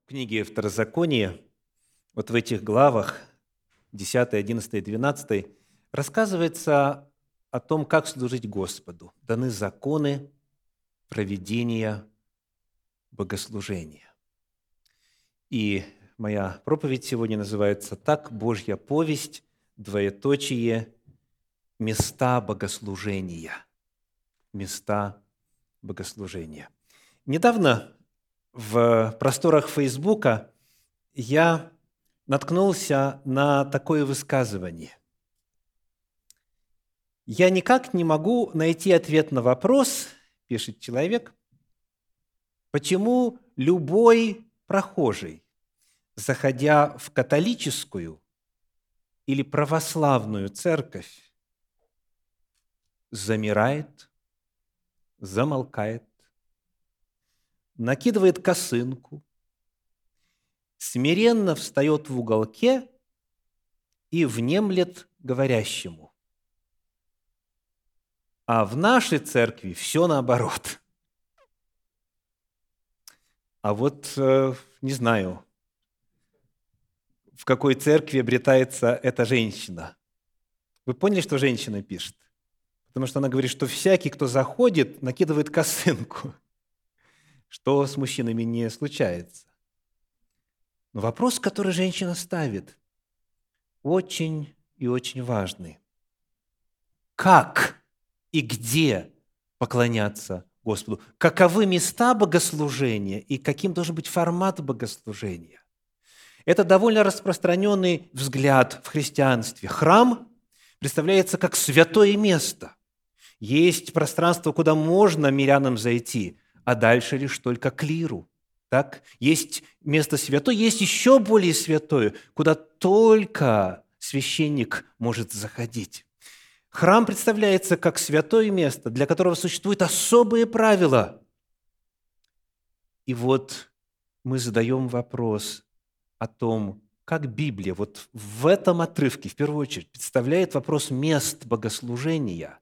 книге Второзакония, вот в этих главах 10, 11, 12, рассказывается о том, как служить Господу. Даны законы проведения богослужения. И моя проповедь сегодня называется так: «Божья повесть, двоеточие, места богослужения». Места богослужения. Недавно в просторах Фейсбука я наткнулся на такое высказывание. «Я никак не могу найти ответ на вопрос, – пишет человек, – почему любой прохожий, заходя в католическую или православную церковь, замирает, замолкает, накидывает косынку, смиренно встает в уголке и внемлет говорящему. А в нашей церкви все наоборот». А вот не знаю, в какой церкви обретается эта женщина. Вы поняли, что женщина пишет? Потому что она говорит, что всякий, кто заходит, накидывает косынку, что с мужчинами не случается. Но вопрос, который женщина ставит, очень и очень важный. Как и где поклоняться Господу? Каковы места богослужения и каким должен быть формат богослужения? Это довольно распространенный взгляд в христианстве. Храм представляется как святое место. Есть пространство, куда можно мирянам зайти, а дальше лишь только клиру. Так? Есть место святое, есть еще более святое, куда только священник может заходить. Храм представляется как святое место, для которого существуют особые правила. И вот мы задаем вопрос о том, как Библия вот в этом отрывке, в первую очередь, представляет вопрос мест богослужения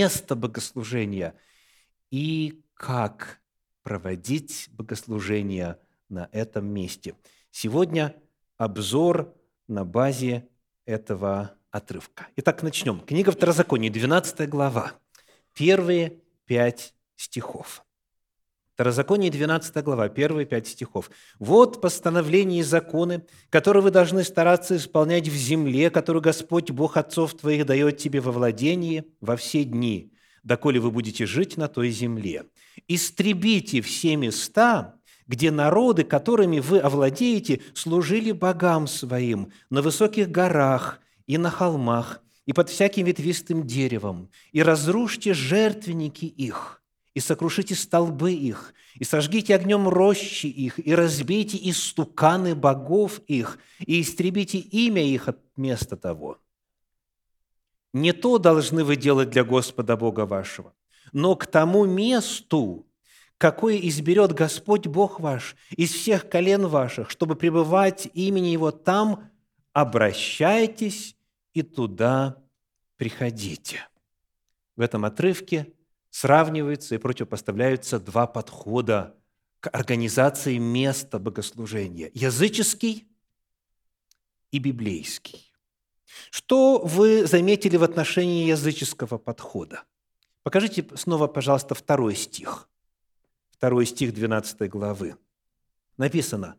и как проводить богослужение на этом месте. Сегодня обзор на базе этого отрывка. Итак, начнем. Книга Второзакония, 12 глава, первые 5 стихов. Второзаконие, 12 глава, первые 5 стихов. «Вот постановления и законы, которые вы должны стараться исполнять в земле, которую Господь, Бог отцов твоих, дает тебе во владение во все дни, доколе вы будете жить на той земле. Истребите все места, где народы, которыми вы овладеете, служили богам своим на высоких горах и на холмах, и под всяким ветвистым деревом, и разрушьте жертвенники их, и сокрушите столбы их, и сожгите огнем рощи их, и разбейте истуканы богов их, и истребите имя их от места того. Не то должны вы делать для Господа Бога вашего, но к тому месту, какое изберет Господь Бог ваш из всех колен ваших, чтобы пребывать имени Его там, обращайтесь и туда приходите». В этом отрывке сравниваются и противопоставляются два подхода к организации места богослужения – языческий и библейский. Что вы заметили в отношении языческого подхода? Покажите снова, пожалуйста, 2 стих. 2 стих 12 главы. Написано: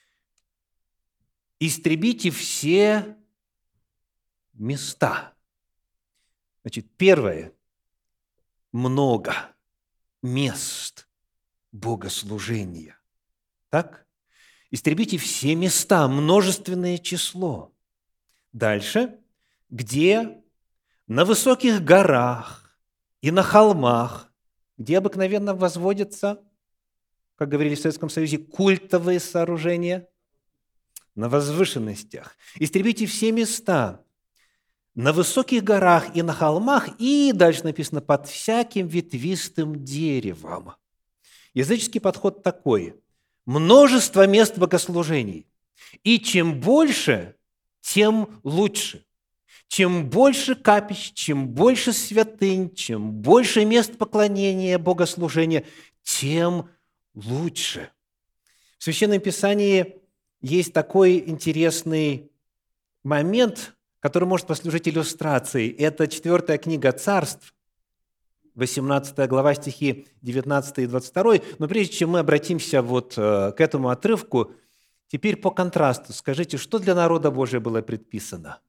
«Истребите все места». Значит, первое – много мест богослужения. Так? Истребите все места, множественное число. Дальше, где на высоких горах и на холмах, где обыкновенно возводятся, как говорили в Советском Союзе, культовые сооружения, на возвышенностях. Истребите все места на высоких горах и на холмах, и дальше написано под всяким ветвистым деревом. Языческий подход такой: множество мест богослужений. И чем больше, тем лучше. Чем больше капищ, чем больше святынь, чем больше мест поклонения, богослужения, тем лучше. В Священном Писании есть такой интересный момент, который может послужить иллюстрацией. Это 4 книга Царств, 18 глава, стихи 19 и 22. Но прежде чем мы обратимся к этому отрывку, теперь по контрасту скажите, что для народа Божия было предписано?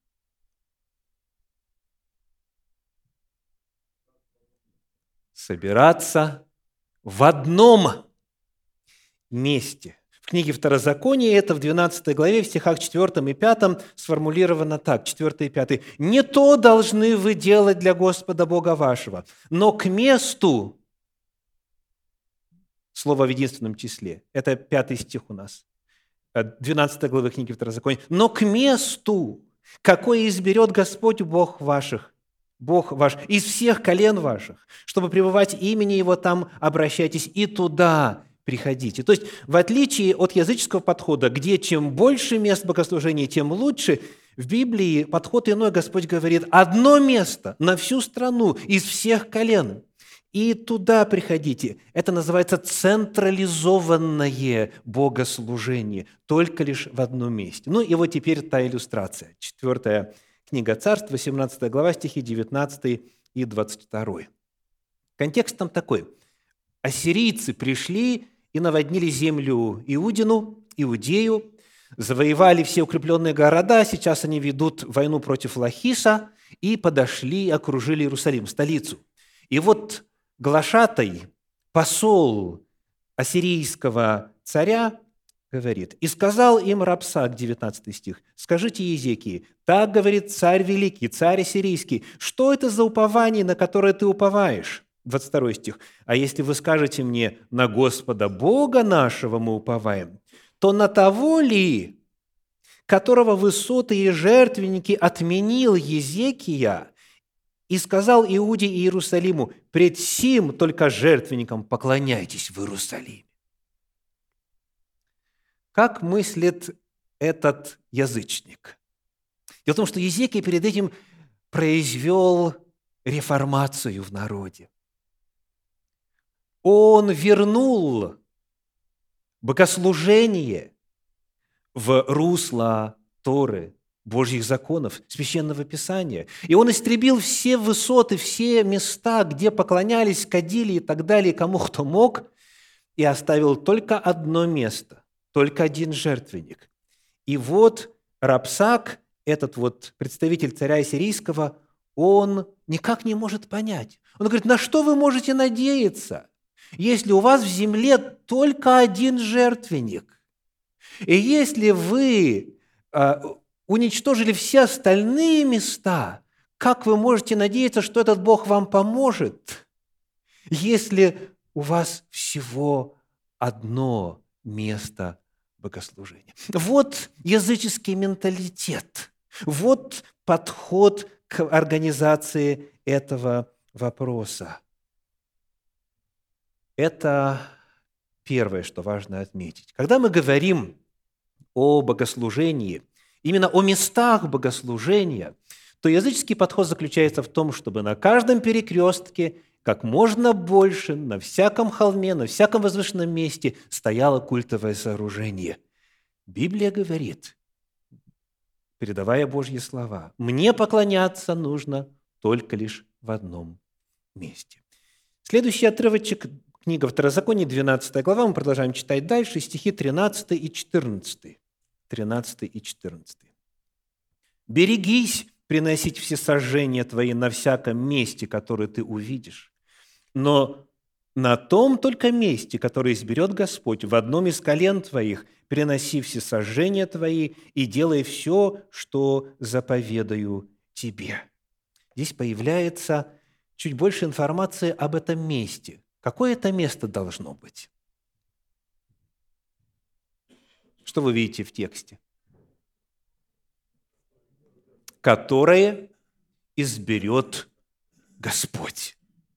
Собираться в одном месте. В книге Второзакония это в 12 главе, в стихах 4 и 5 сформулировано так, 4 и 5. «Не то должны вы делать для Господа Бога вашего, но к месту», слово в единственном числе, это 5 стих у нас, 12 главы книги Второзакония, «но к месту, какое изберет Господь Бог ваш, из всех колен ваших, чтобы пребывать имени Его там, обращайтесь и туда приходите». То есть, в отличие от языческого подхода, где чем больше мест богослужения, тем лучше, в Библии подход иной. Господь говорит: одно место на всю страну, из всех колен, и туда приходите. Это называется централизованное богослужение, только лишь в одном месте. Ну и вот теперь та иллюстрация. 4 книга Царств, 18 глава, стихи 19 и 22. Контекст там такой. Ассирийцы пришли и наводнили землю Иудею, завоевали все укрепленные города, сейчас они ведут войну против Лахиша и подошли, окружили Иерусалим, столицу. И вот глашатай, посол ассирийского царя, говорит: «И сказал им Рабсак», 19 стих, «скажите Езекии, так говорит царь великий, царь ассирийский, что это за упование, на которое ты уповаешь?» 22 стих. «А если вы скажете мне: на Господа Бога нашего мы уповаем, то на того ли, которого высоты и жертвенники отменил Езекия, и сказал Иуде и Иерусалиму: пред сим только жертвенникам поклоняйтесь в Иерусалиме». Как мыслит этот язычник? Дело в том, что Езекия перед этим произвел реформацию в народе. Он вернул богослужение в русло Торы, Божьих законов, Священного Писания. И он истребил все высоты, все места, где поклонялись, кадили и так далее, кому кто мог, и оставил только одно место, только один жертвенник. И вот Рабсак, этот представитель царя ассирийского, он никак не может понять. Он говорит: на что вы можете надеяться, если у вас в земле только один жертвенник? И если вы уничтожили все остальные места, как вы можете надеяться, что этот Бог вам поможет, если у вас всего одно место богослужения? Вот языческий менталитет, вот подход к организации этого вопроса. Это первое, что важно отметить. Когда мы говорим о богослужении, именно о местах богослужения, то языческий подход заключается в том, чтобы на каждом перекрестке как можно больше, на всяком холме, на всяком возвышенном месте стояло культовое сооружение. Библия говорит, передавая Божьи слова: «Мне поклоняться нужно только лишь в одном месте». Следующий отрывочек, книга Второзакония, 12 глава, мы продолжаем читать дальше, стихи 13 и 14. 13 и 14. «Берегись приносить всесожжения твои на всяком месте, которое ты увидишь, но на том только месте, которое изберет Господь, в одном из колен твоих, приноси всесожжения твои и делай все, что заповедаю тебе». Здесь появляется чуть больше информации об этом месте. Какое это место должно быть? Что вы видите в тексте? «Которое изберет Господь».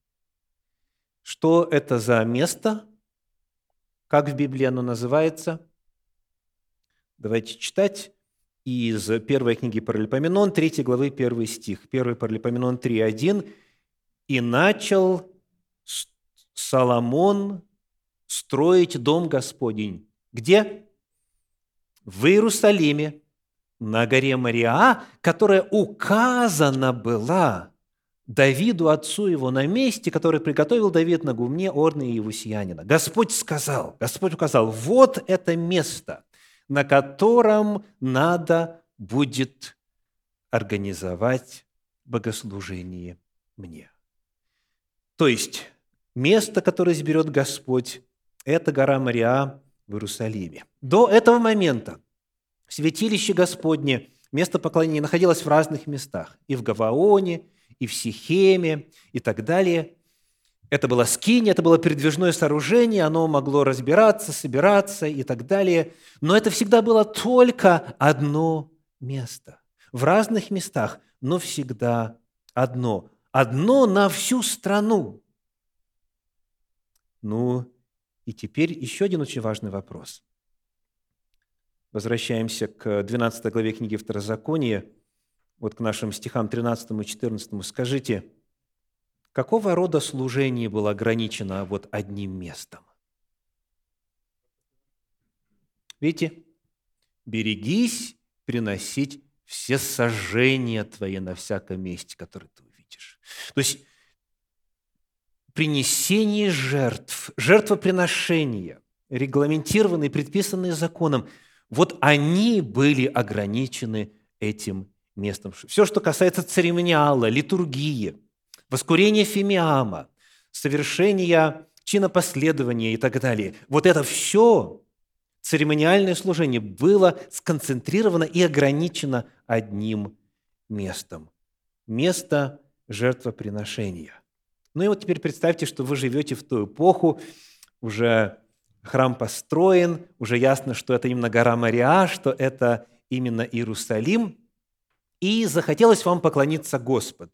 Что это за место? Как в Библии оно называется? Давайте читать из первой книги Паралипоменон, 3 главы, 1 стих. 1 Паралипоменон 3:1. «И начал Соломон строить дом Господень Где? В Иерусалиме, на горе Мориа, которая указана была Давиду, отцу его, на месте, которое приготовил Давид на гумне Орны и Иевусиянина. Господь указал, вот это место, на котором надо будет организовать богослужение мне. То есть место, которое изберет Господь, это гора Мориа в Иерусалиме. До этого момента святилище Господне, место поклонения, находилось в разных местах. И в Гаваоне, и в Сихеме, и так далее. Это была скиния, это было передвижное сооружение, оно могло разбираться, собираться и так далее. Но это всегда было только одно место. В разных местах, но всегда одно. Одно на всю страну. Ну, и теперь еще один очень важный вопрос. Возвращаемся к 12 главе книги Второзакония, вот к нашим стихам 13 и 14. Скажите, какого рода служение было ограничено вот одним местом? Видите? «Берегись приносить все сожжения твои на всяком месте, которое ты увидишь». То есть принесение жертв, жертвоприношения, регламентированные, предписанные законом, вот они были ограничены этим местом. Все, что касается церемониала, литургии, воскурения фимиама, совершения чинопоследования и так далее, вот это все церемониальное служение было сконцентрировано и ограничено одним местом. Место жертвоприношения. Ну и вот теперь представьте, что вы живете в ту эпоху, уже храм построен, уже ясно, что это именно гора Мориа, что это именно Иерусалим, и захотелось вам поклониться Господу.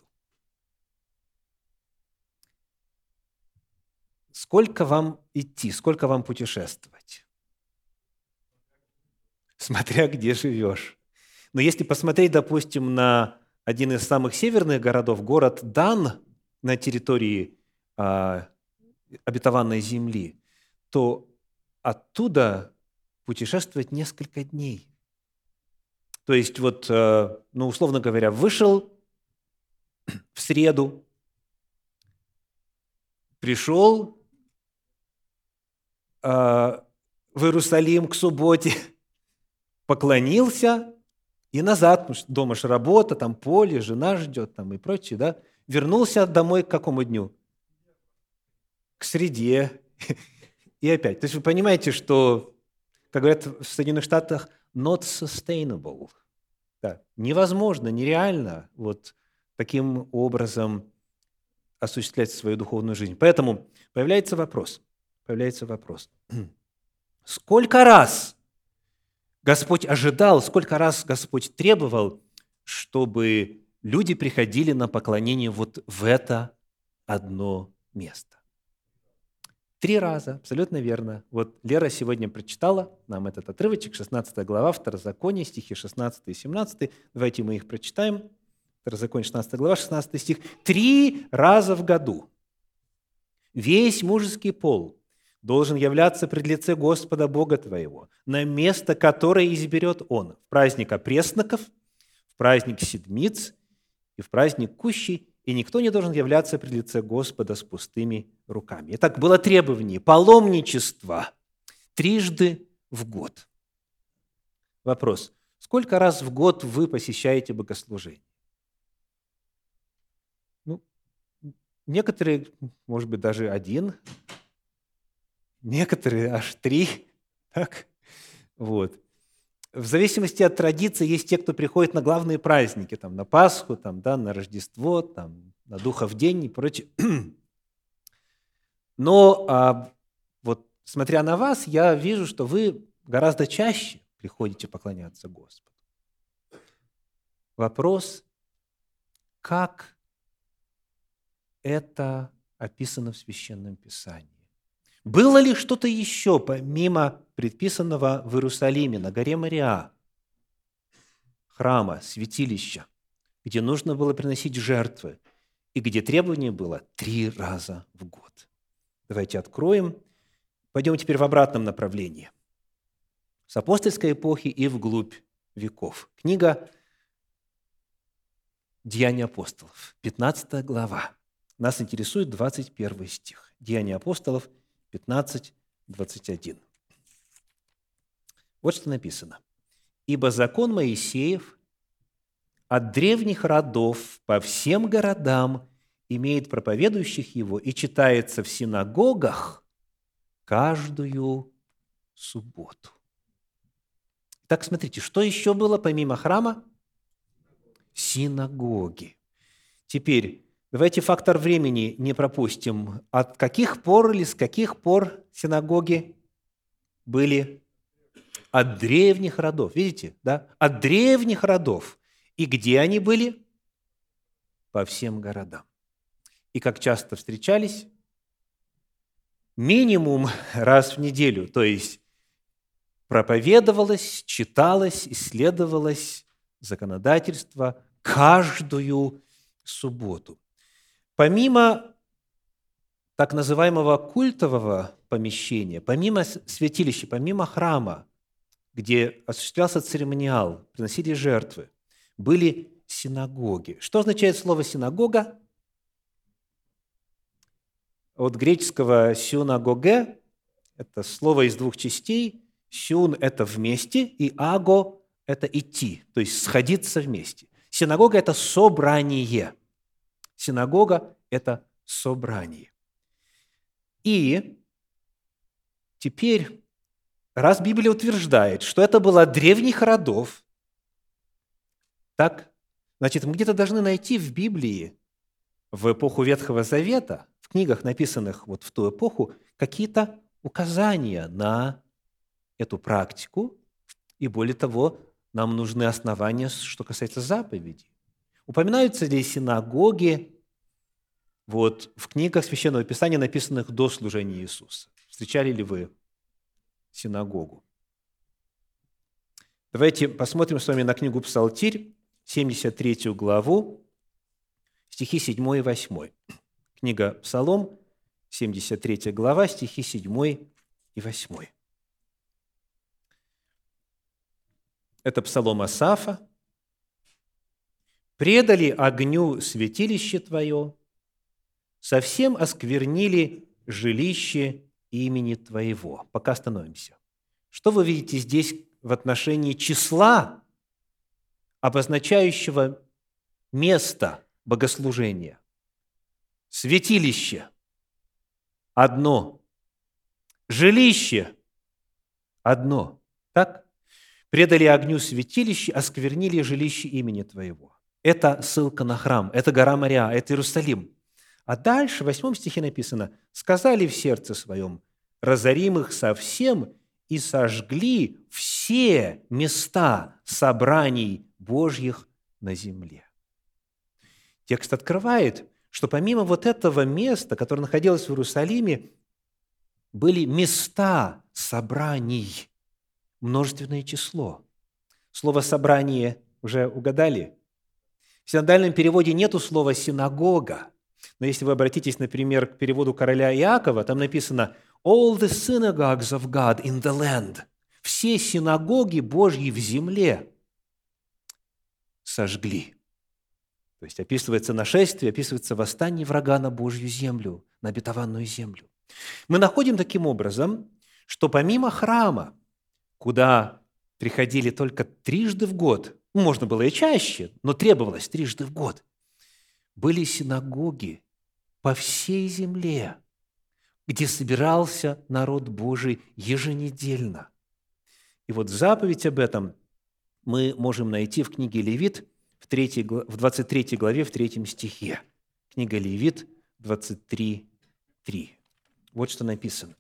Сколько вам идти, сколько вам путешествовать? Смотря где живешь. Но если посмотреть, допустим, на один из самых северных городов, город Дан на территории обетованной земли, то оттуда путешествовать несколько дней. То есть, вот, ну, условно говоря, вышел в среду, пришел в Иерусалим к субботе, поклонился и назад, потому что дома же работа, там поле, жена ждет там и прочее, да? Вернулся домой к какому дню? К среде. И опять. То есть вы понимаете, что, как говорят в Соединенных Штатах, not sustainable. Да, невозможно, нереально вот таким образом осуществлять свою духовную жизнь. Поэтому появляется вопрос. Сколько раз Господь ожидал, сколько раз Господь требовал, чтобы люди приходили на поклонение вот в это одно место? 3 раза, абсолютно верно. Вот Лера сегодня прочитала нам этот отрывочек, 16 глава, Второзаконие, стихи 16 и 17. Давайте мы их прочитаем. Второзаконие, 16 глава, 16 стих. 3 раза в году весь мужеский пол должен являться пред лице Господа Бога твоего на место, которое изберет Он в праздник опресноков, в праздник седмиц и в праздник кущей, и никто не должен являться пред лице Господа с пустыми руками. Итак, было требование паломничества 3 в год. Вопрос. Сколько раз в год вы посещаете богослужение? Ну, некоторые, может быть, даже 1, некоторые аж 3. Так? Вот. В зависимости от традиции есть те, кто приходит на главные праздники, там, на Пасху, там, да, на Рождество, там, на Духов день и прочее. Но вот смотря на вас, я вижу, что вы гораздо чаще приходите поклоняться Господу. Вопрос, как это описано в Священном Писании? Было ли что-то еще, помимо предписанного в Иерусалиме, на горе Мориа, храма, святилища, где нужно было приносить жертвы, и где требование было 3 раза в год? Давайте откроем. Пойдем теперь в обратном направлении. с апостольской эпохи и вглубь веков. Книга «Деяния апостолов», 15 глава. Нас интересует 21 стих. «Деяния апостолов», 15, 21. Вот что написано. «Ибо закон Моисеев от древних родов по всем городам имеет проповедующих его и читается в синагогах каждую субботу». Так, смотрите, что еще было помимо храма? Синагоги. Теперь давайте фактор времени не пропустим. От каких пор или с каких пор синагоги были? От древних родов. Видите, да? От древних родов. И где они были? По всем городам. И как часто встречались? Минимум раз в неделю, то есть проповедовалось, читалось, исследовалось законодательство каждую субботу. Помимо так называемого культового помещения, помимо святилища, помимо храма, где осуществлялся церемониал, приносили жертвы, были синагоги. Что означает слово «синагога»? От греческого «сюнагоге» – это слово из двух частей. «Сюн» – это «вместе», и «аго» – это «идти», то есть «сходиться вместе». Синагога – это собрание. Синагога – это собрание. И теперь, раз Библия утверждает, что это было от древних родов, так, значит, мы где-то должны найти в Библии, в эпоху Ветхого Завета, в книгах, написанных вот в ту эпоху, какие-то указания на эту практику, и более того, нам нужны основания, что касается заповедей. Упоминаются ли синагоги вот в книгах Священного Писания, написанных до служения Иисуса? Встречали ли вы синагогу? Давайте посмотрим с вами на книгу «Псалтирь», 73 главу, стихи 7 и 8. Книга «Псалом», 73 глава, стихи 7 и 8. Это псалом Асафа. «Предали огню святилище Твое, совсем осквернили жилище имени Твоего». Пока остановимся. Что вы видите здесь в отношении числа, обозначающего место богослужения? Святилище – одно, жилище – одно. Так? «Предали огню святилище, осквернили жилище имени Твоего». Это ссылка на храм, это гора Мориа, это Иерусалим. А дальше, в 8 стихе написано: «Сказали в сердце своем, разорим их совсем, и сожгли все места собраний Божьих на земле». Текст открывает, что помимо вот этого места, которое находилось в Иерусалиме, были места собраний, множественное число. Слово «собрание» уже угадали? В синодальном переводе нету слова «синагога», но если вы обратитесь, например, к переводу короля Иакова, там написано «all the synagogues of God in the land». Все синагоги Божьи в земле сожгли. То есть описывается нашествие, описывается восстание врага на Божью землю, на обетованную землю. Мы находим таким образом, что помимо храма, куда приходили только трижды в год, можно было и чаще, но требовалось трижды в год, были синагоги по всей земле, где собирался народ Божий еженедельно. И вот заповедь об этом мы можем найти в книге Левит, в 23 главе, в 3 стихе. Книга Левит, 23:3. Вот что написано.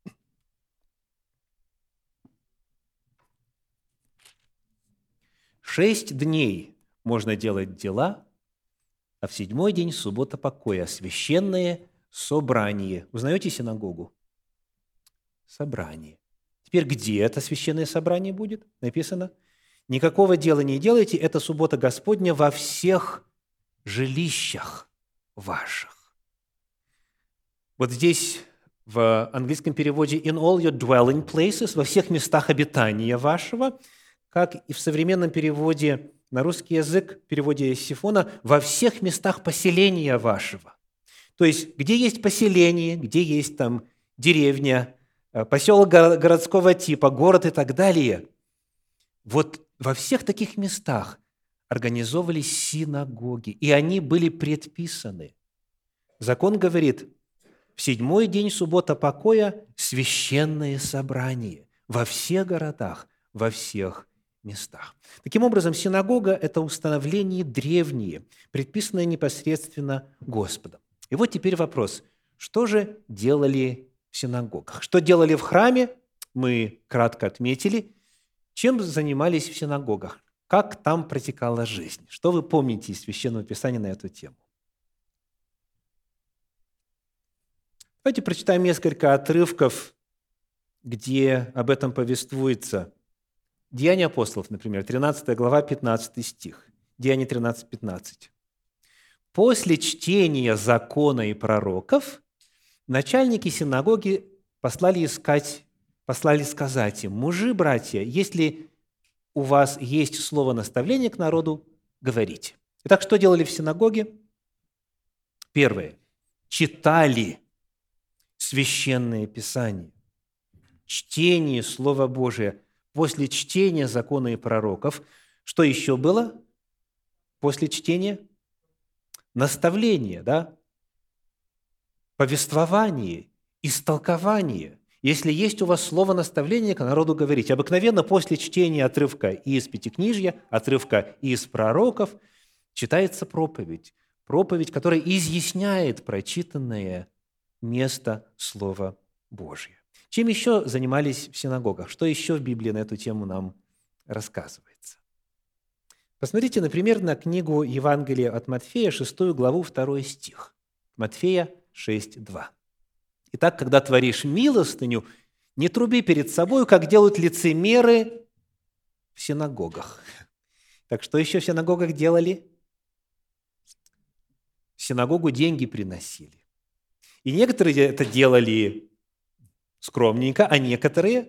«6 дней можно делать дела, а в 7-й день суббота покоя, священное собрание». Узнаете синагогу? Собрание. Теперь где это священное собрание будет? Написано: «Никакого дела не делайте, это суббота Господня во всех жилищах ваших». Вот здесь В английском переводе «in all your dwelling places», во всех местах обитания вашего, как и в современном переводе на русский язык, в переводе Сифона, во всех местах поселения вашего. То есть, где есть поселение, где есть там деревня, поселок городского типа, город и так далее, вот во всех таких местах организовывались синагоги, и они были предписаны. Закон говорит, в 7-й день суббота покоя священное собрание во всех городах, во всех местах. Таким образом, синагога – это установление древнее, предписанное непосредственно Господом. И вот теперь вопрос, что же делали в синагогах? Что делали в храме? Мы кратко отметили. Чем занимались в синагогах? Как там протекала жизнь? Что вы помните из Священного Писания на эту тему? Давайте прочитаем несколько отрывков, где об этом повествуется. Деяния апостолов, например, 13 глава, 15 стих. Деяния 13, 15. «После чтения закона и пророков начальники синагоги послали сказать им: мужи, братья, если у вас есть слово наставления к народу, говорите». Итак, что делали в синагоге? Первое. Читали Священное Писание. Чтение Слова Божия. После чтения закона и пророков. Что еще было? После чтения? Наставление, да? Повествование, истолкование. Если есть у вас слово наставления, к народу говорите. Обыкновенно после чтения отрывка из Пятикнижья, отрывка из пророков, читается проповедь. Проповедь, которая изъясняет прочитанное место Слова Божия. Чем еще занимались в синагогах? Что еще в Библии на эту тему нам рассказывается? Посмотрите, например, на книгу Евангелия от Матфея, 6 главу, 2 стих. Матфея 6:2. «Итак, когда творишь милостыню, не труби перед собой, как делают лицемеры в синагогах». Так что еще в синагогах делали? В синагогу деньги приносили. И некоторые это делали скромненько, а некоторые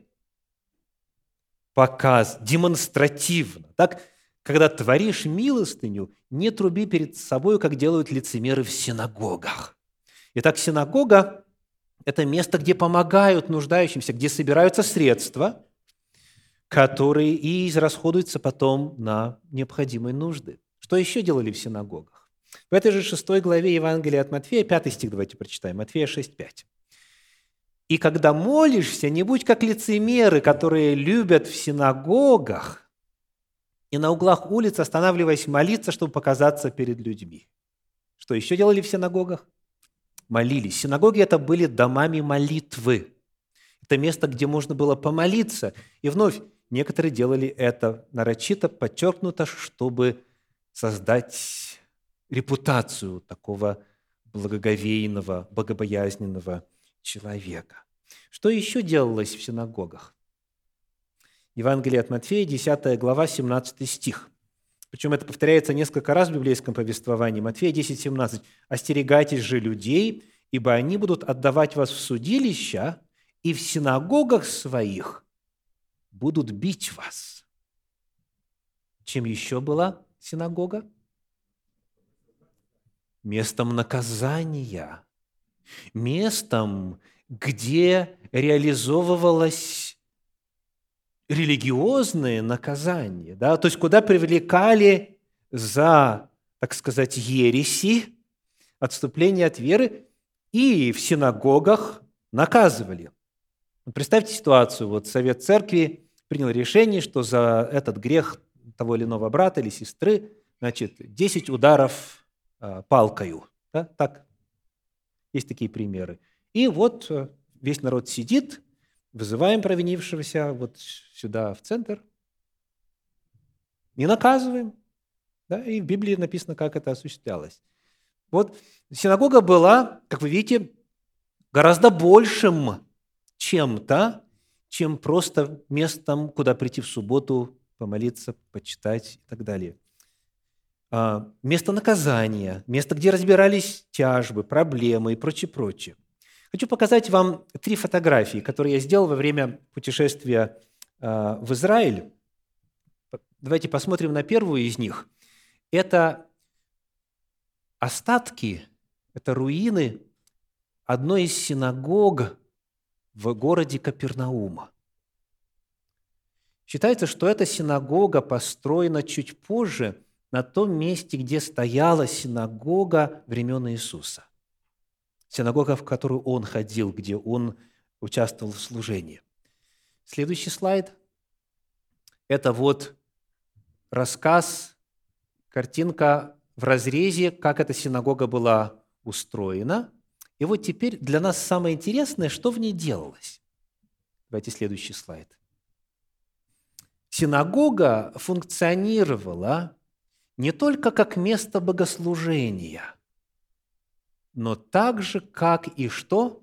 демонстративно. Так, когда творишь милостыню, не труби перед собой, как делают лицемеры в синагогах. Итак, синагога – это место, где помогают нуждающимся, где собираются средства, которые и израсходуются потом на необходимые нужды. Что еще делали в синагогах? В этой же 6 главе Евангелия от Матфея, 5 стих давайте прочитаем, Матфея 6:5. «И когда молишься, не будь как лицемеры, которые любят в синагогах и на углах улиц, останавливаясь молиться, чтобы показаться перед людьми». Что еще делали в синагогах? Молились. Синагоги – это были домами молитвы. Это место, где можно было помолиться. И вновь некоторые делали это нарочито, подчеркнуто, чтобы создать репутацию такого благоговейного, богобоязненного человека. Что еще делалось в синагогах? Евангелие от Матфея, 10 глава, 17 стих. Причем это повторяется несколько раз в библейском повествовании. Матфея 10:17. «Остерегайтесь же людей, ибо они будут отдавать вас в судилища, и в синагогах своих будут бить вас». Чем еще была синагога? Местом наказания, местом, где реализовывалось религиозное наказание, да? То есть куда привлекали за, так сказать, ереси, отступление от веры, и в синагогах наказывали. Представьте ситуацию, вот Совет Церкви принял решение, что за этот грех того или иного брата или сестры, 10 ударов палкою. Да? Так, есть такие примеры. И вот весь народ сидит, вызываем провинившегося вот сюда в центр и наказываем. Да? И в Библии написано, как это осуществлялось. Вот синагога была, как вы видите, гораздо большим чем-то, чем просто местом, куда прийти в субботу, помолиться, почитать и так далее. Место наказания, место, где разбирались тяжбы, проблемы и прочее, прочее. Хочу показать вам 3 фотографии, которые я сделал во время путешествия в Израиль. Давайте посмотрим на первую из них. Это остатки, это руины одной из синагог в городе Капернаума. Считается, что эта синагога построена чуть позже на том месте, где стояла синагога времен Иисуса. Синагога, в которую он ходил, где он участвовал в служении. Следующий слайд. Это вот рассказ, картинка в разрезе, как эта синагога была устроена. И вот теперь для нас самое интересное, что в ней делалось. Давайте следующий слайд. Синагога функционировала не только как место богослужения, но также как и что?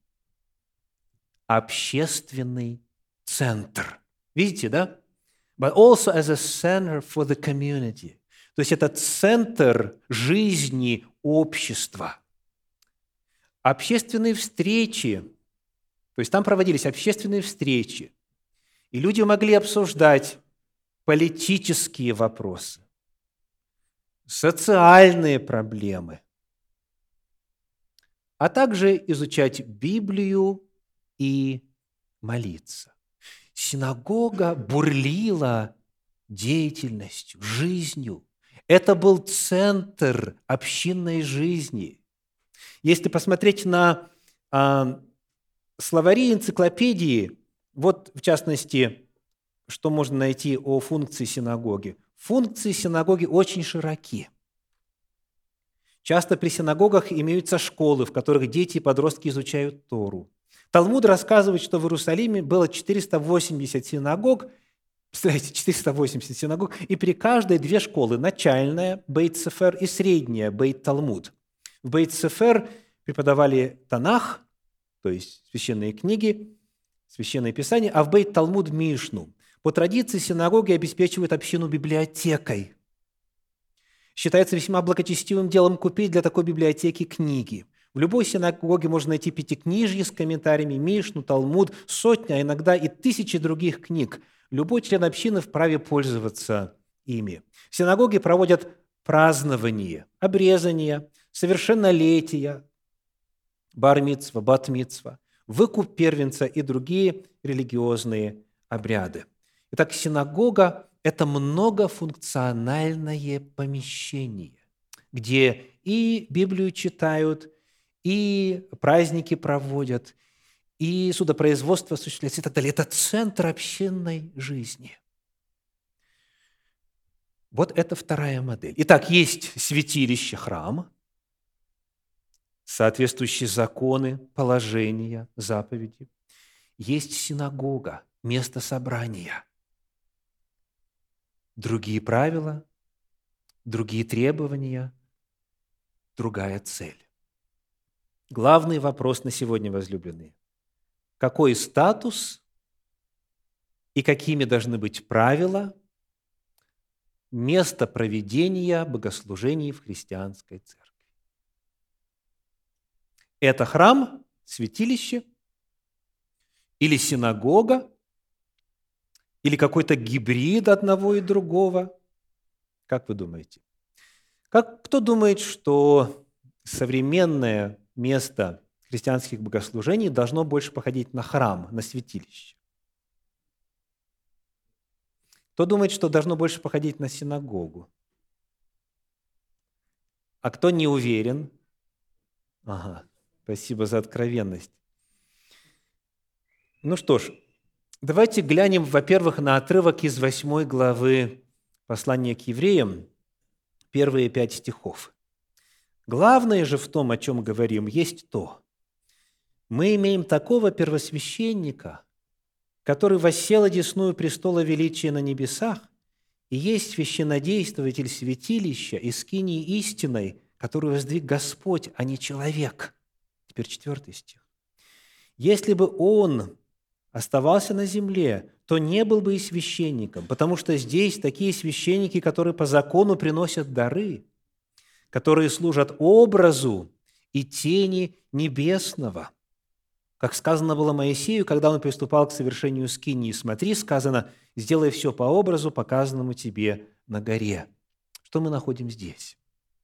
Общественный центр. Видите, да? But also as a center for the community. То есть это центр жизни общества. Общественные встречи, то есть там проводились общественные встречи, и люди могли обсуждать политические вопросы, социальные проблемы, а также изучать Библию и молиться. Синагога бурлила деятельностью, жизнью. Это был центр общинной жизни. Если посмотреть на словари, энциклопедии, вот в частности, что можно найти о функции синагоги. Функции синагоги очень широки. Часто при синагогах имеются школы, в которых дети и подростки изучают Тору. Талмуд рассказывает, что в Иерусалиме было 480 синагог, представляете, 480 синагог, и при каждой 2 школы, начальная Бейт-Сефер и средняя Бейт-Талмуд. В Бейт-Сефер преподавали Танах, то есть священные книги, священное писание, а в Бейт-Талмуд – Мишну. По традиции синагоги обеспечивают общину библиотекой. Считается весьма благочестивым делом купить для такой библиотеки книги. В любой синагоге можно найти пятикнижье с комментариями, Мишну, Талмуд, сотни, а иногда и тысячи других книг. Любой член общины вправе пользоваться ими. В синагоге проводят празднования, обрезания, совершеннолетия, бар-мицва, бат-мицва, выкуп первенца и другие религиозные обряды. Итак, синагога – это многофункциональное помещение, где и Библию читают, и праздники проводят, и судопроизводство осуществляется и так далее. Это центр общинной жизни. Вот это вторая модель. Итак, есть святилище, храм, соответствующие законы, положения, заповеди. Есть синагога, место собрания. Другие правила, другие требования, другая цель. Главный вопрос на сегодня, возлюбленные. Какой статус и какими должны быть правила места проведения богослужений в христианской церкви? Это храм, святилище или синагога, или какой-то гибрид одного и другого? Как вы думаете? Кто думает, что современное место христианских богослужений должно больше походить на храм, на святилище? Кто думает, что должно больше походить на синагогу? А кто не уверен? Ага, спасибо за откровенность. Ну что ж, давайте глянем, во-первых, на отрывок из 8 главы послания к евреям, первые 5 стихов. Главное же в том, о чем говорим, есть то. Мы имеем такого первосвященника, который воссел одесную престола величия на небесах и есть священнодействователь святилища и скинии истиной, которую воздвиг Господь, а не человек. Теперь 4 стих. Если бы он оставался на земле, то не был бы и священником, потому что здесь такие священники, которые по закону приносят дары, которые служат образу и тени небесного. Как сказано было Моисею, когда он приступал к совершению скинии, смотри, сказано, сделай все по образу, показанному тебе на горе. Что мы находим здесь?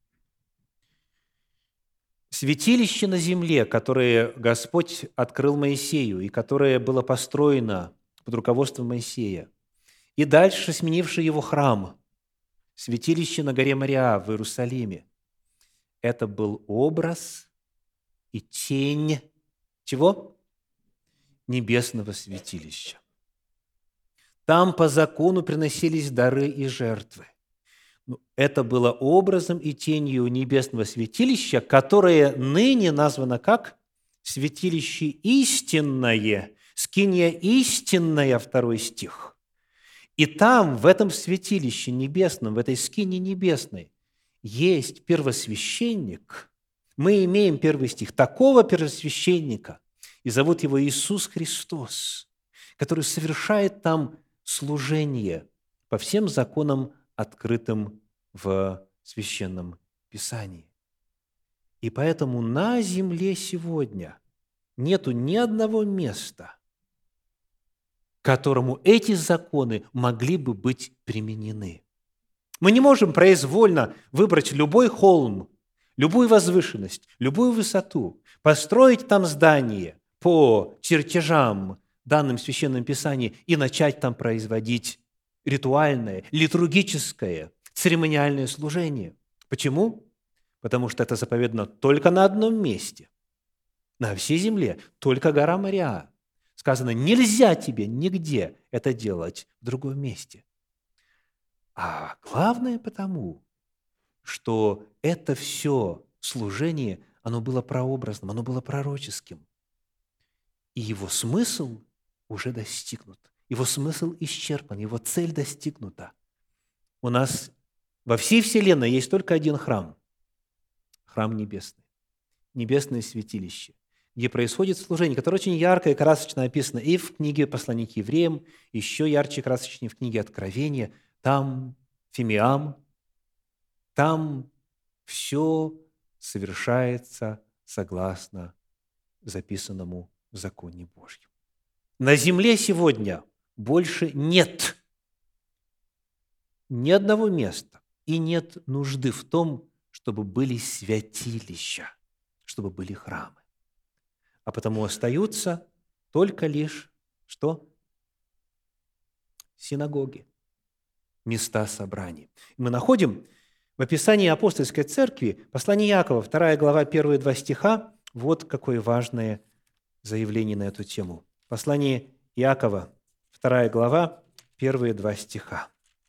Святилище на земле, которое Господь открыл Моисею и которое было построено под руководством Моисея, и дальше сменивший его храм, святилище на горе Мориа в Иерусалиме, это был образ и тень чего? Небесного святилища. Там по закону приносились дары и жертвы. Это было образом и тенью небесного святилища, которое ныне названо как святилище истинное, скиния истинная, 2 стих. И там, в этом святилище небесном, в этой скинии небесной, есть первосвященник. Мы имеем 1 стих. Такого первосвященника, и зовут его Иисус Христос, который совершает там служение по всем законам, открытым в Священном Писании. И поэтому на земле сегодня нету ни одного места, к которому эти законы могли бы быть применены. Мы не можем произвольно выбрать любой холм, любую возвышенность, любую высоту, построить там здание по чертежам, данным в Священном Писании, и начать там производить ритуальное, литургическое, церемониальное служение. Почему? Потому что это заповедано только на одном месте, на всей земле, только гора Мориа. Сказано, нельзя тебе нигде это делать в другом месте. А главное потому, что это все служение, оно было прообразным, оно было пророческим. И его смысл уже достигнут. Его смысл исчерпан, его цель достигнута. У нас во всей Вселенной есть только один храм. Храм небесный. Небесное святилище, где происходит служение, которое очень ярко и красочно описано и в книге «Послание к евреям», еще ярче и красочнее в книге «Откровения». Там фимиам, там все совершается согласно записанному в законе Божьем. На земле сегодня больше нет ни одного места и нет нужды в том, чтобы были святилища, чтобы были храмы. А потому остаются только лишь что? Синагоги, места собраний. Мы находим в описании апостольской церкви послание Иакова, 2 глава, 1-2 стиха, вот какое важное заявление на эту тему. Послание Иакова, 2 глава, 1-2 стиха.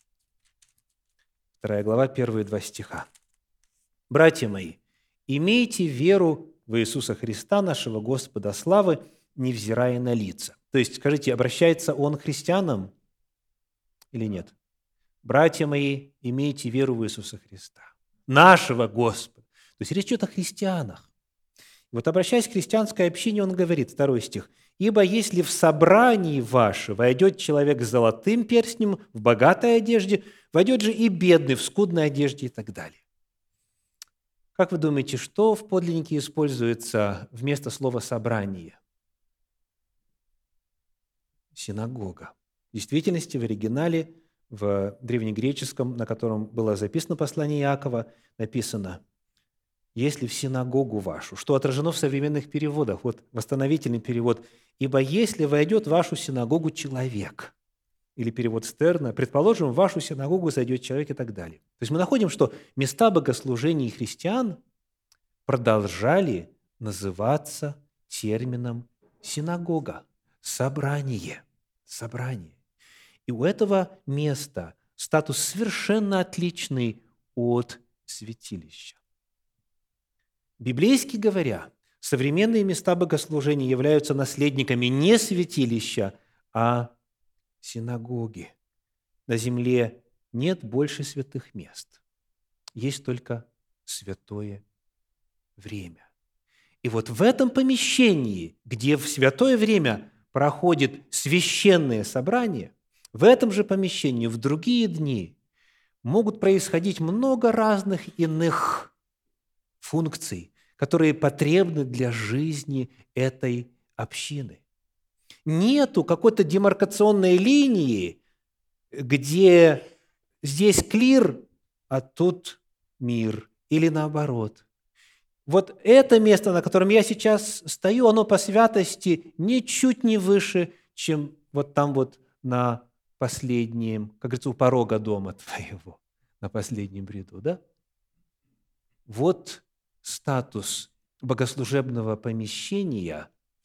2 глава, 1-2 стиха. «Братья мои, имейте веру в Иисуса Христа, нашего Господа славы, невзирая на лица». То есть, скажите, обращается он к христианам или нет? «Братья мои, имейте веру в Иисуса Христа, нашего Господа». То есть, речь идет о христианах. Вот обращаясь к христианской общине, он говорит, 2 стих, «Ибо если в собрании ваше войдет человек с золотым перстнем, в богатой одежде, войдет же и бедный в скудной одежде» и так далее. Как вы думаете, что в подлиннике используется вместо слова «собрание»? Синагога. В действительности, в оригинале, в древнегреческом, на котором было записано послание Иакова, написано «если в синагогу вашу», что отражено в современных переводах. Вот восстановительный перевод «ибо если войдет в вашу синагогу человек», или перевод Стерна, предположим, в вашу синагогу зайдет человек и так далее. То есть мы находим, что места богослужений христиан продолжали называться термином синагога, собрание. И у этого места статус совершенно отличный от святилища. Библейски говоря, современные места богослужения являются наследниками не святилища, а синагоги. На земле нет больше святых мест. Есть только святое время. И вот в этом помещении, где в святое время проходит священное собрание, в этом же помещении в другие дни могут происходить много разных иных функций, которые потребны для жизни этой общины. Нету какой-то демаркационной линии, где здесь клир, а тут мир, или наоборот. Вот это место, на котором я сейчас стою, оно по святости ничуть не выше, чем вот там вот на последнем, как говорится, у порога дома твоего, на последнем ряду, да? Вот статус богослужебного помещения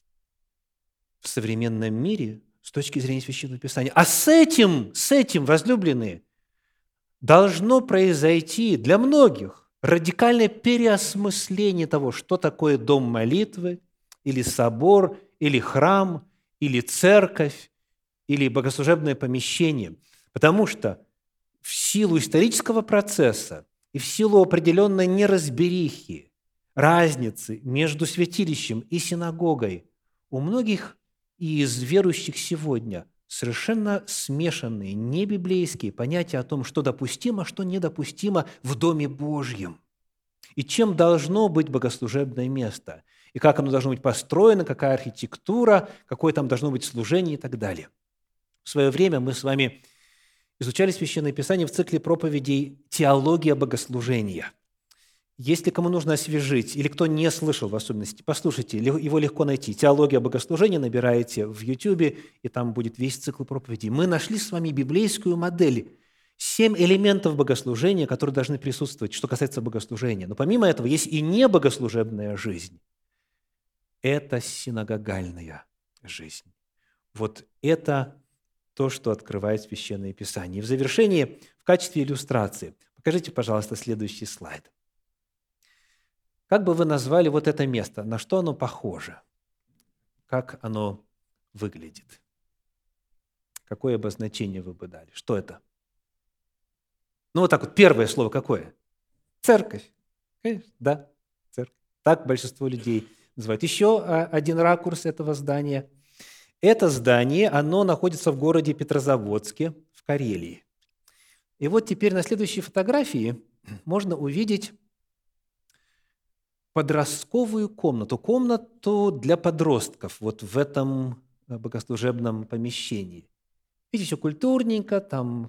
в современном мире с точки зрения Священного Писания. А с этим, возлюбленные, должно произойти для многих радикальное переосмысление того, что такое дом молитвы, или собор, или храм, или церковь, или богослужебное помещение. Потому что в силу исторического процесса и в силу определенной неразберихи, разницы между святилищем и синагогой у многих из верующих сегодня совершенно смешанные, небиблейские понятия о том, что допустимо, что недопустимо в Доме Божьем. И чем должно быть богослужебное место, и как оно должно быть построено, какая архитектура, какое там должно быть служение и так далее. В свое время мы с вами изучали Священное Писание в цикле проповедей «Теология богослужения». Если кому нужно освежить, или кто не слышал в особенности, послушайте, его легко найти. «Теология богослужения» набираете в Ютубе, и там будет весь цикл проповедей. Мы нашли с вами библейскую модель, 7 элементов богослужения, которые должны присутствовать, что касается богослужения. Но помимо этого есть и небогослужебная жизнь. Это синагогальная жизнь. Вот это то, что открывает Священное Писание. И в завершении, в качестве иллюстрации, покажите, пожалуйста, следующий слайд. Как бы вы назвали вот это место? На что оно похоже? Как оно выглядит? Какое обозначение вы бы дали? Что это? Ну, вот так вот, первое слово какое? Церковь. Конечно, да, церковь. Так большинство людей называют. Еще один ракурс этого здания. Это здание, оно находится в городе Петрозаводске в Карелии. И вот теперь на следующей фотографии можно увидеть подростковую комнату для подростков вот в этом богослужебном помещении. Видите, все культурненько, там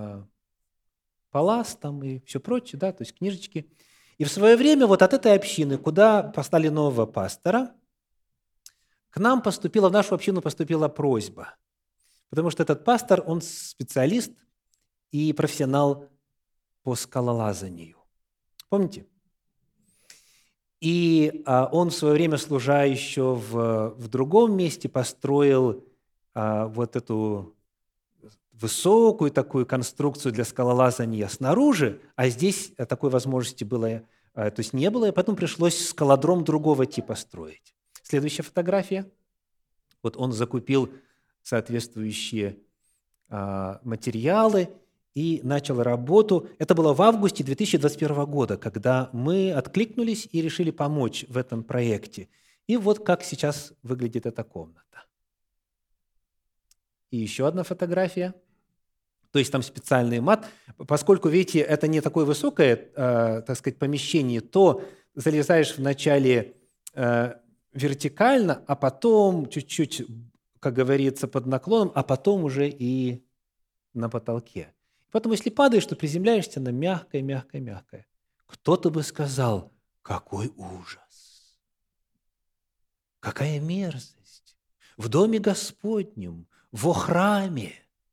палас там и все прочее, да, то есть книжечки. И в свое время вот от этой общины, куда послали нового пастора, к нам в нашу общину поступила просьба, потому что этот пастор, он специалист и профессионал по скалолазанию. Помните? И он в свое время, служа еще в другом месте, построил вот эту высокую такую конструкцию для скалолазания снаружи, а здесь такой возможности было, то есть не было, и потом пришлось скалодром другого типа строить. Следующая фотография. Вот он закупил соответствующие материалы и начал работу. Это было в августе 2021 года, когда мы откликнулись и решили помочь в этом проекте. И вот как сейчас выглядит эта комната. И еще одна фотография. То есть там специальный мат. Поскольку, видите, это не такое высокое, так сказать, помещение, то залезаешь вначале вертикально, а потом чуть-чуть, как говорится, под наклоном, а потом уже и на потолке. Поэтому, если падаешь, то приземляешься на мягкое. Кто-то бы сказал, какой ужас, какая мерзость. В доме Господнем, во храме,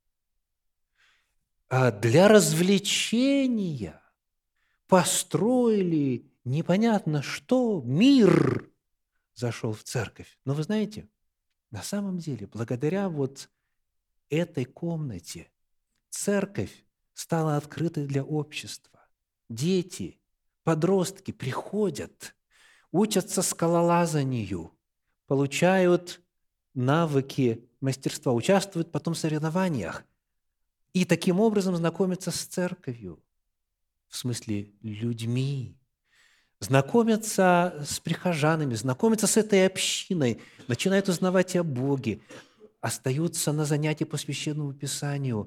для развлечения построили непонятно что, мир зашел в церковь. Но вы знаете, на самом деле, благодаря вот этой комнате церковь стала открытой для общества. Дети, подростки приходят, учатся скалолазанию, получают навыки мастерства, участвуют потом в соревнованиях и таким образом знакомятся с церковью, в смысле людьми, знакомятся с прихожанами, знакомятся с этой общиной, начинают узнавать о Боге, остаются на занятия по Священному Писанию,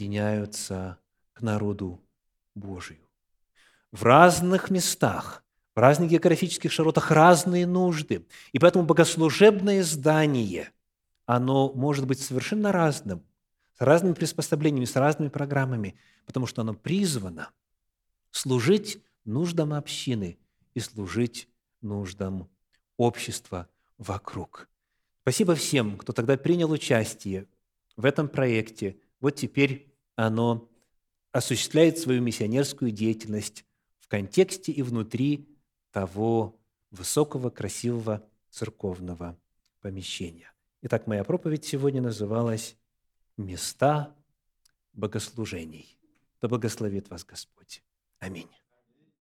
присоединяются к народу Божию. В разных местах, в разных географических широтах разные нужды. И поэтому богослужебное здание, оно может быть совершенно разным, с разными приспособлениями, с разными программами, потому что оно призвано служить нуждам общины и служить нуждам общества вокруг. Спасибо всем, кто тогда принял участие в этом проекте. Вот теперь оно осуществляет свою миссионерскую деятельность в контексте и внутри того высокого, красивого церковного помещения. Итак, моя проповедь сегодня называлась «Места богослужений». Да благословит вас Господь. Аминь.